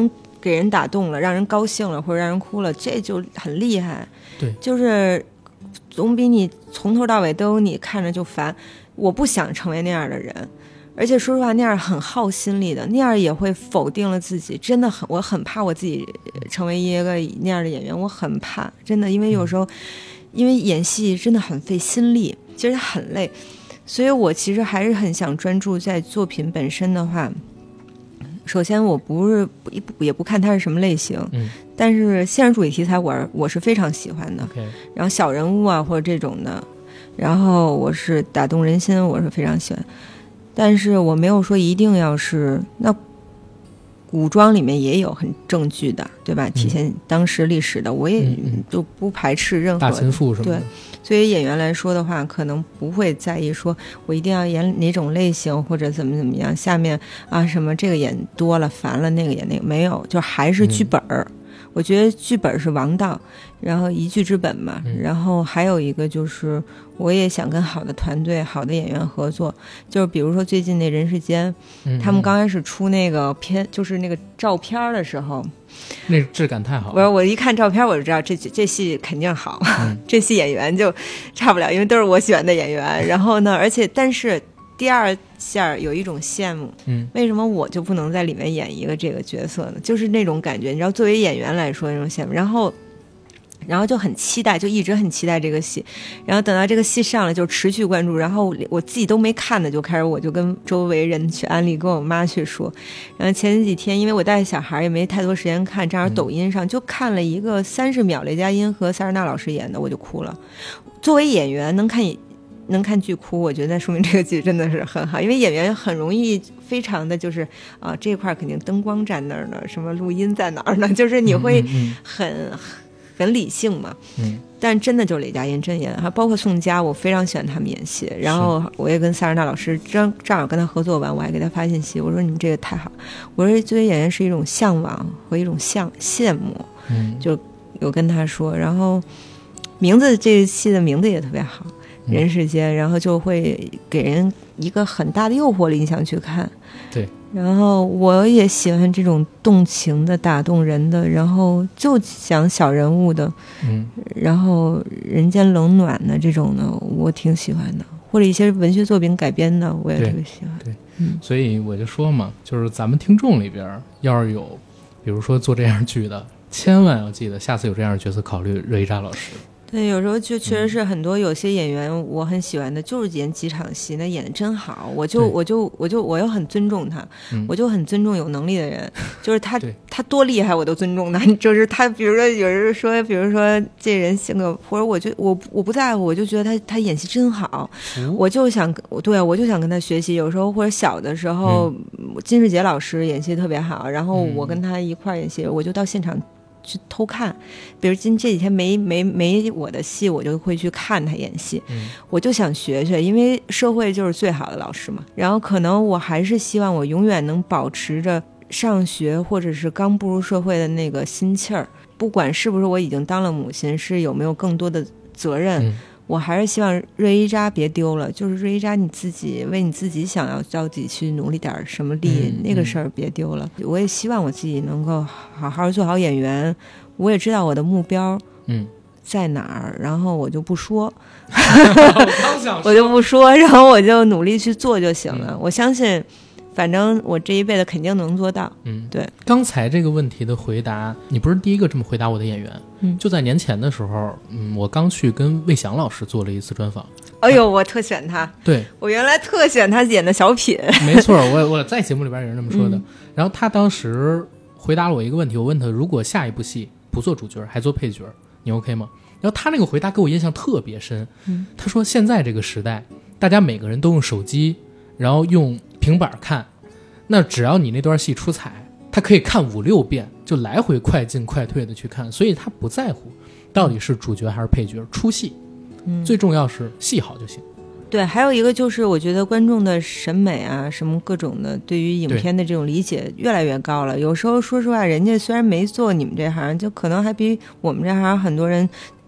给人打动了，让人高兴了，或者让人哭了，这就很厉害。
对，
就是总比你从头到尾都有你看着就烦。我不想成为那样的人，而且说实话，那样很耗心力的，那样也会否定了自己。真的很，我很怕我自己成为一个那样的演员，我很怕，真的，因为有时候，因为演戏真的很费心力，其实很累，所以我其实还是很想专注在作品本身的话。首先，我也不看它是什么类型，但是现实主义题材我是非常喜欢的。然后小人物啊或者这种的，然后我是打动人心，我是非常喜欢。但是我没有说一定要是那古装里面也有很正剧的，对吧？体现当时历史的，我也就不排斥任何
大秦赋什么的。
对，所以演员来说的话，可能不会在意说我一定要演哪种类型或者怎么样。下面啊什么这个演多了烦了，那个演那个没有，就还是剧本儿。我觉得剧本是王道，然后一剧之本嘛。然后还有一个就是，我也想跟好的团队、好的演员合作。就是比如说最近那人世间，他们刚开始出那个片，就是那个照片的时候，
那质感太好了。
不是，我一看照片我就知道这戏肯定好，这戏演员就差不了，因为都是我喜欢的演员。然后呢，但是第二下有一种羡慕，为什么我就不能在里面演一个这个角色呢？就是那种感觉，你知道，作为演员来说那种羡慕。然后就很期待，就一直很期待这个戏。然后等到这个戏上了，就持续关注。然后我自己都没看的，就开始我就跟周围人去安利，跟我妈去说。然后前几天，因为我带小孩也没太多时间看，正好抖音上就看了一个30秒雷佳音和塞尔纳老师演的，我就哭了。作为演员能看剧哭，我觉得说明这个剧真的是很好，因为演员很容易非常的就是这块肯定灯光站那儿呢，什么录音在哪儿呢，就是你会很理性嘛。但真的就是雷佳音真演，还包括宋佳，我非常喜欢他们演戏。然后我也跟塞尔纳老师正好跟他合作完，我还给他发信息，我说你们这个太好，我说作为演员是一种向往和一种羡慕，就有跟他说。然后名字，这个戏的名字也特别好，人世间，然后就会给人一个很大的诱惑力，你想去看。
对，
然后我也喜欢这种动情的、打动人的，然后就讲小人物的，然后人间冷暖的这种的，我挺喜欢的。或者一些文学作品改编的，我也特别喜欢。
对，所以我就说嘛，就是咱们听众里边要是有，比如说做这样剧的，千万要记得下次有这样的角色考虑热依扎老师。
对，有时候就确实是很多有些演员我很喜欢的，就是演几场戏，那演的真好，我又很尊重他，我就很尊重有能力的人，就是他多厉害我都尊重他，就是他，比如说有人说，比如说这人性格，或者我不在乎，我就觉得他演戏真好，我就想跟他学习。有时候或者小的时候，金世杰老师演戏特别好，然后我跟他一块演戏，我就到现场去偷看，比如这几天没我的戏，我就会去看他演戏，我就想学学，因为社会就是最好的老师嘛。然后可能我还是希望我永远能保持着上学或者是刚步入社会的那个心气儿，不管是不是我已经当了母亲，是有没有更多的责任，我还是希望热依扎别丢了，就是热依扎你自己为你自己想要着急去努力点什么力，那个事儿别丢了。我也希望我自己能够好好做好演员，我也知道我的目标在哪儿，然后我就不说我就不说，然后我就努力去做就行了。我相信反正我这一辈子肯定能做到。对。
刚才这个问题的回答，你不是第一个这么回答我的演员。就在年前的时候，我刚去跟魏翔老师做了一次专访。
哎呦，我特选他。对，我原来特选他演的小品。
没错，我在节目里边也是这么说的。然后他当时回答了我一个问题，我问他，如果下一部戏不做主角还做配角，你 OK 吗？然后他那个回答给我印象特别深。他说现在这个时代，大家每个人都用手机，然后用平板看，那只要你那段戏出彩，他可以看5-6遍，就来回快进快退的去看，所以他不在乎到底是主角还是配角，出戏，最重要是戏好就行。
对，还有一个就是我觉得观众的审美啊，什么各种的对于影片的这种理解越来越高了。有时候说实话，人家虽然没做你们这行，就可能还比我们这行很多人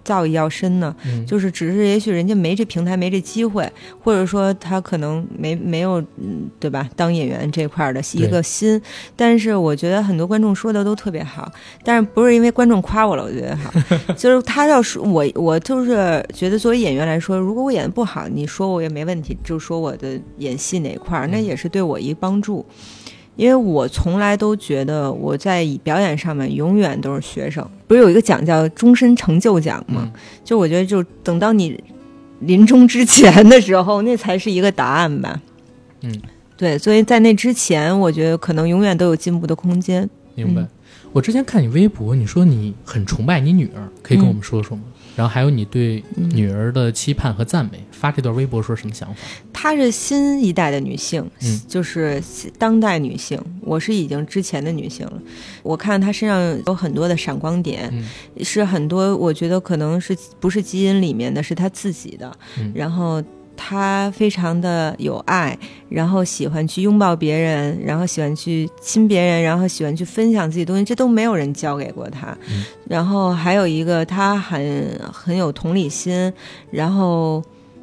造诣要深呢？就是只是也许人家没这平台，没这机会，或者说他可能没有，对吧？当演员这块的一个心。但是我觉得很多观众说的都特别好，但是不是因为观众夸我了，我觉得好，就是他要是我就是觉得作为演员来说，如果我演的不好，你说我也没问题，就说我的演戏哪块那也是对我一帮助。因为我从来都觉得我在表演上面永远都是学生，不是有一个奖叫终身成就奖吗？就我觉得就等到你临终之前的时候，那才是一个答案吧。对，所以在那之前，我觉得可能永远都有进步的空间。
明白。我之前看你微博，你说你很崇拜你女儿，可以跟我们说说吗？然后还有你对女儿的期盼和赞美，发这段微博说什么想法？
她是新一代的女性，就是当代女性，我是已经之前的女性了。我看她身上有很多的闪光点，是很多我觉得可能是不是基因里面的，是她自己的。然后他非常的有爱，然后喜欢去拥抱别人，然后喜欢去亲别人，然后喜欢去分享自己东西，这都没有人教给过他。然后还有一个他很有同理心，然后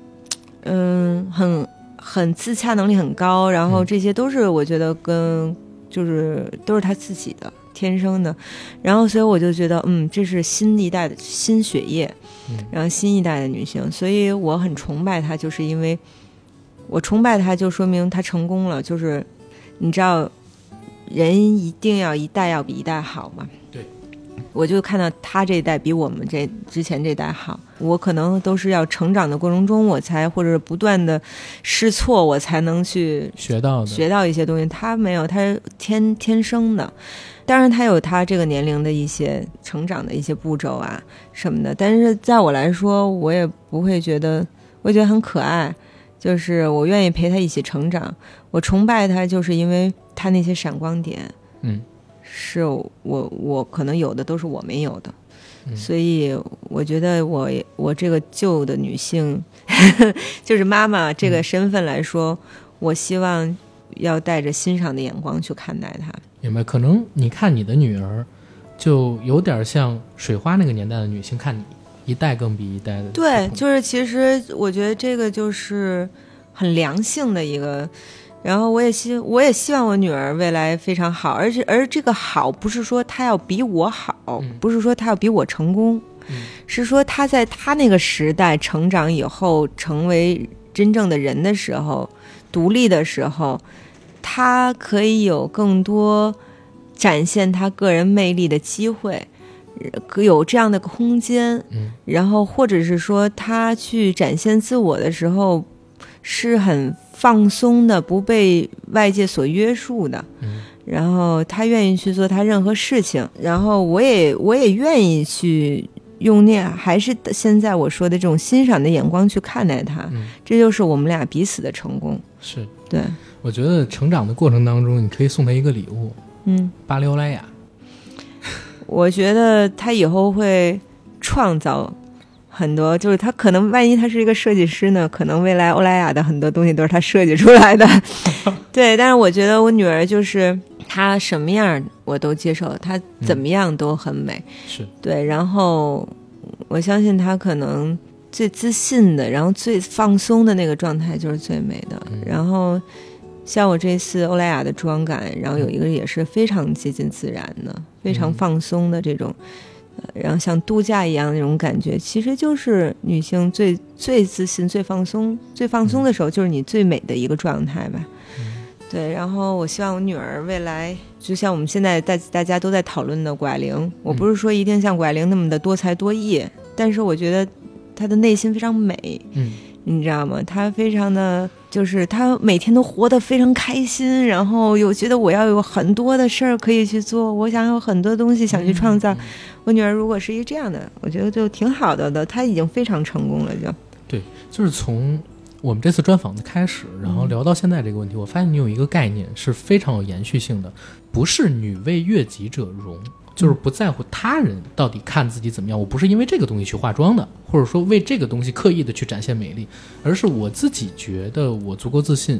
很自洽能力很高，然后这些都是我觉得就是都是他自己的天生的。然后所以我就觉得这是新一代的新血液，然后新一代的女性，所以我很崇拜她，就是因为我崇拜她就说明她成功了。就是你知道人一定要一代要比一代好嘛，
对，
我就看到她这一代比我们这之前这代好。我可能都是要成长的过程中，我才或者不断的试错，我才能去学到一些东西。她没有，她天生的。当然他有他这个年龄的一些成长的一些步骤啊什么的，但是在我来说我也不会觉得，我觉得很可爱，就是我愿意陪他一起成长。我崇拜他就是因为他那些闪光点，是我可能有的都是我没有的，所以我觉得我这个旧的女性就是妈妈这个身份来说，我希望要带着欣赏的眼光去看待她。
明白。可能你看你的女儿就有点像水花那个年代的女性，看你一代更比一代的。
对，就是其实我觉得这个就是很良性的一个，然后我也希望我女儿未来非常好，而这个好不是说她要比我好，不是说她要比我成功，是说她在她那个时代成长以后，成为真正的人的时候，独立的时候，他可以有更多展现他个人魅力的机会，有这样的空间，然后或者是说他去展现自我的时候是很放松的，不被外界所约束的，然后他愿意去做他任何事情，然后我也愿意去用还是现在我说的这种欣赏的眼光去看待他，这就是我们俩彼此的成功。
是，
对，
我觉得成长的过程当中，你可以送他一个礼物，巴黎欧莱雅。
我觉得他以后会创造很多，就是他可能万一他是一个设计师呢，可能未来欧莱雅的很多东西都是他设计出来的。对，但是我觉得我女儿就是她什么样我都接受，她怎么样都很美，
是对。
然后我相信她可能最自信的，然后最放松的那个状态就是最美的。然后像我这次欧莱雅的妆感，然后有一个也是非常接近自然的，非常放松的这种，然后像度假一样的那种感觉，其实就是女性最自信、最放松的时候，就是你最美的一个状态吧。对，然后我希望我女儿未来就像我们现在大家都在讨论的拐玲，我不是说一定像拐玲那么的多才多艺，但是我觉得她的内心非常美，你知道吗？她非常的就是她每天都活得非常开心，然后又觉得我要有很多的事儿可以去做，我想有很多东西想去创造。我女儿如果是一个这样的，我觉得就挺好的，她已经非常成功了。
对，就是从我们这次专访的开始，然后聊到现在这个问题，我发现你有一个概念是非常有延续性的，不是女为悦己者容，就是不在乎他人到底看自己怎么样，我不是因为这个东西去化妆的，或者说为这个东西刻意的去展现美丽，而是我自己觉得我足够自信，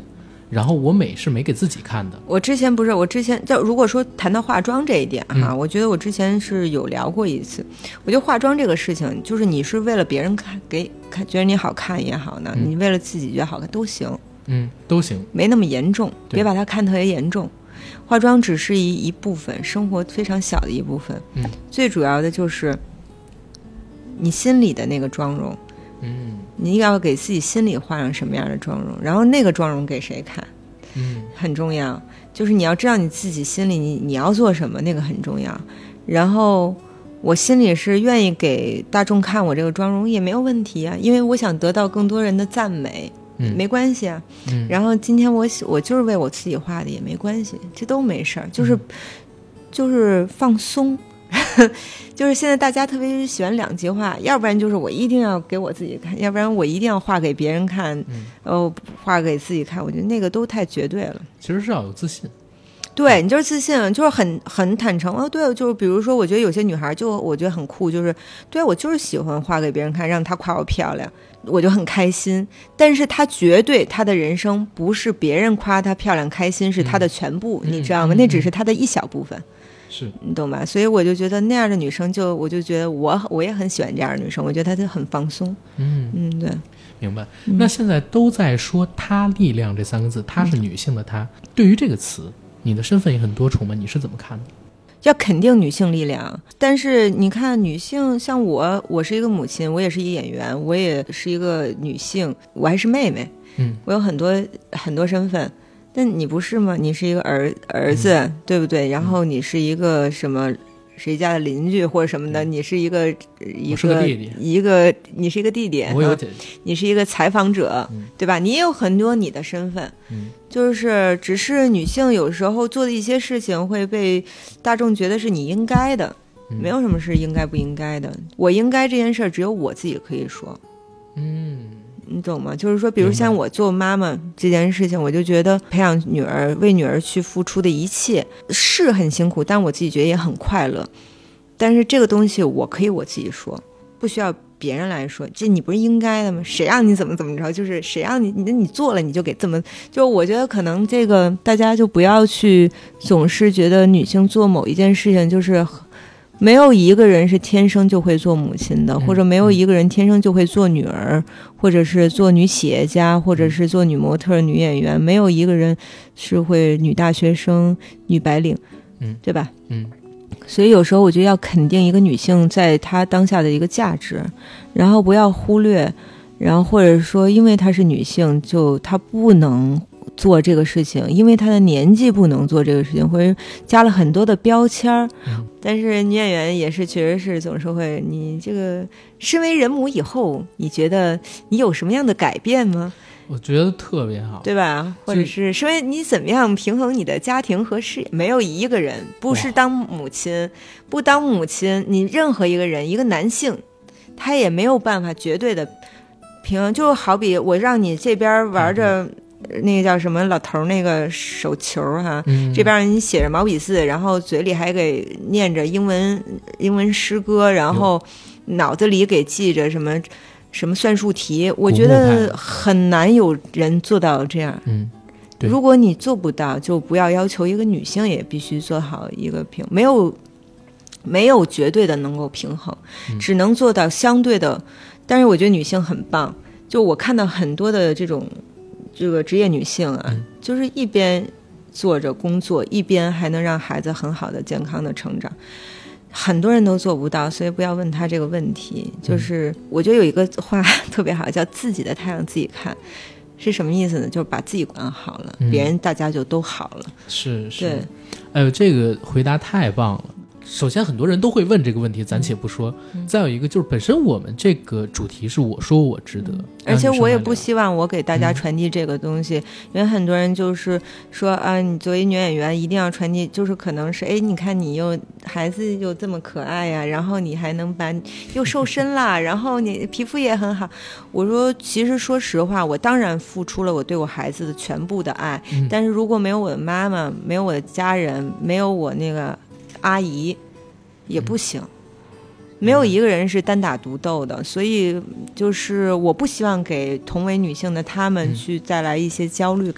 然后我美是没给自己看的。
我之前就如果说谈到化妆这一点哈，我觉得我之前是有聊过一次。我觉得化妆这个事情，就是你是为了别人看觉得你好看也好呢，你为了自己觉得好看都行，
都行，
没那么严重，别把它看特别严重。化妆只是一部分，生活非常小的一部分。最主要的就是你心里的那个妆容。你要给自己心里画上什么样的妆容，然后那个妆容给谁看，很重要。就是你要知道你自己心里你要做什么，那个很重要。然后我心里是愿意给大众看我这个妆容也没有问题啊，因为我想得到更多人的赞美，没关系啊。然后今天我就是为我自己画的也没关系，这都没事儿，就是放松。就是现在大家特别喜欢两极化，要不然就是我一定要给我自己看，要不然我一定要画给别人看，画给自己看，我觉得那个都太绝对了。
其实是要有自信，
对，你就是自信，就是很坦诚。对，就是比如说我觉得有些女孩我觉得很酷，就是对，我就是喜欢画给别人看，让她夸我漂亮，我就很开心。但是她绝对她的人生不是别人夸她漂亮开心是她的全部，你知道吗？那只是她的一小部分，
是
你懂吧？所以我就觉得那样的女生我就觉得我也很喜欢这样的女生，我觉得她就很放松。对，
明白。那现在都在说她力量这3个字，她是女性的她，对于这个词你的身份也很多重嘛，你是怎么看的？
要肯定女性力量，但是你看女性，像我是一个母亲，我也是一个演员，我也是一个女性，我还是妹妹，我有很多身份。但你不是吗？你是一个儿子，对不对？然后你是一个什么谁家的邻居或者什么的，你是一个
弟弟，
你是一个弟弟，
我有姐姐，
你是一个采访者，对吧？你也有很多你的身份，就是只是女性有时候做的一些事情会被大众觉得是你应该的，没有什么是应该不应该的。我应该这件事只有我自己可以说，你懂吗？就是说比如像我做妈妈这件事情，我就觉得培养女儿为女儿去付出的一切是很辛苦，但我自己觉得也很快乐。但是这个东西我可以我自己说，不需要别人来说，这你不是应该的吗？谁让你怎么着，就是谁让你做了你就给这么，就我觉得可能这个大家就不要去总是觉得女性做某一件事情就是没有一个人是天生就会做母亲的，或者没有一个人天生就会做女儿，或者是做女企业家，或者是做女模特、女演员，没有一个人是会女大学生、女白领，对吧？所以有时候我觉得要肯定一个女性在她当下的一个价值，然后不要忽略，然后或者说因为她是女性就她不能做这个事情，因为她的年纪不能做这个事情，或者加了很多的标签。但是女演员也是确实是总是会，你这个身为人母以后，你觉得你有什么样的改变吗？
我觉得特别好，
对吧？或者是身为你怎么样平衡你的家庭和事业？没有一个人不是当母亲，不当母亲，你任何一个人，一个男性，他也没有办法绝对的平衡。就好比我让你这边玩着那个叫什么老头那个手球哈，这边你写着毛笔字，然后嘴里还给念着英文诗歌，然后脑子里给记着什么算术题，我觉得很难有人做到这样。如果你做不到，就不要要求一个女性也必须做好一个没有绝对的能够平衡，只能做到相对的。但是我觉得女性很棒，就我看到很多的这个职业女性啊，就是一边做着工作，一边还能让孩子很好的健康的成长。很多人都做不到，所以不要问他这个问题。就是我觉得有一个话特别好，叫自己的太阳自己看，是什么意思呢？就是把自己管好了，别人大家就都好了。
是，
对。
哎呦，这个回答太棒了。首先很多人都会问这个问题，咱且不说。再有一个就是本身我们这个主题是我说我值得，
而且我也不希望我给大家传递这个东西，因为很多人就是说啊，你作为女演员一定要传递，就是可能是你看你又孩子又这么可爱呀，然后你还能又瘦身啦，然后你皮肤也很好。我说其实说实话，我当然付出了我对我孩子的全部的爱，但是如果没有我的妈妈，没有我的家人，没有我那个阿姨也不行，没有一个人是单打独斗的，所以就是我不希望给同为女性的她们去带来一些焦虑感。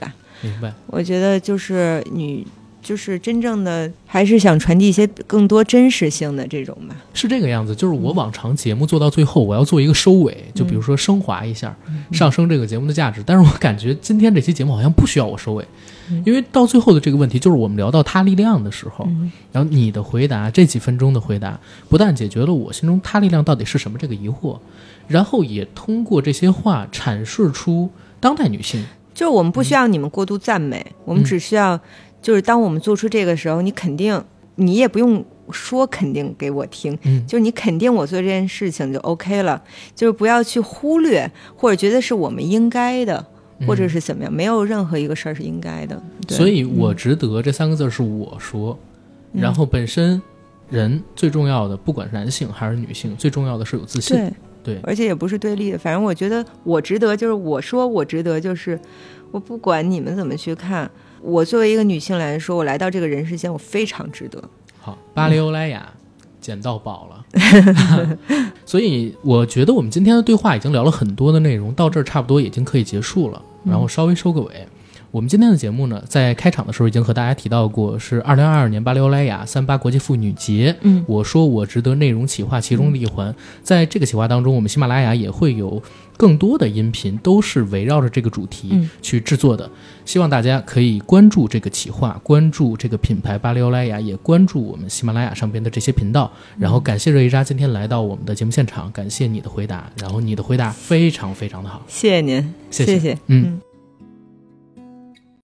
明白。
我觉得就是你就是真正的还是想传递一些更多真实性的这种吧。
是这个样子，就是我往常节目做到最后，我要做一个收尾，就比如说升华一下，上升这个节目的价值。但是我感觉今天这期节目好像不需要我收尾，因为到最后的这个问题就是我们聊到他力量的时候，然后你的回答，这几分钟的回答，不但解决了我心中他力量到底是什么这个疑惑，然后也通过这些话阐释出当代女性，
就是我们不需要你们过度赞美，我们只需要就是当我们做出这个时候，你肯定，你也不用说肯定给我听，就是你肯定我做这件事情就 OK 了，就是不要去忽略或者觉得是我们应该的，或者是怎么样，没有任何一个事儿是应该的。
所以我值得这三个字是我说，然后本身人最重要的，不管是男性还是女性，最重要的是有自信。对，
而且也不是对立的。反正我觉得我值得，就是我说我值得，就是我不管你们怎么去看，我作为一个女性来说，我来到这个人世间，我非常值得。
好，巴黎欧莱雅捡到宝了。所以我觉得我们今天的对话已经聊了很多的内容，到这儿差不多已经可以结束了，然后稍微收个尾。我们今天的节目呢，在开场的时候已经和大家提到过，是2022年巴黎欧莱雅38国际妇女节。我说我值得内容企划其中的一环，在这个企划当中，我们喜马拉雅也会有更多的音频，都是围绕着这个主题去制作的。希望大家可以关注这个企划，关注这个品牌巴黎欧莱雅，也关注我们喜马拉雅上边的这些频道。然后感谢热依扎今天来到我们的节目现场，感谢你的回答，然后你的回答非常非常的好，
谢谢您，谢谢。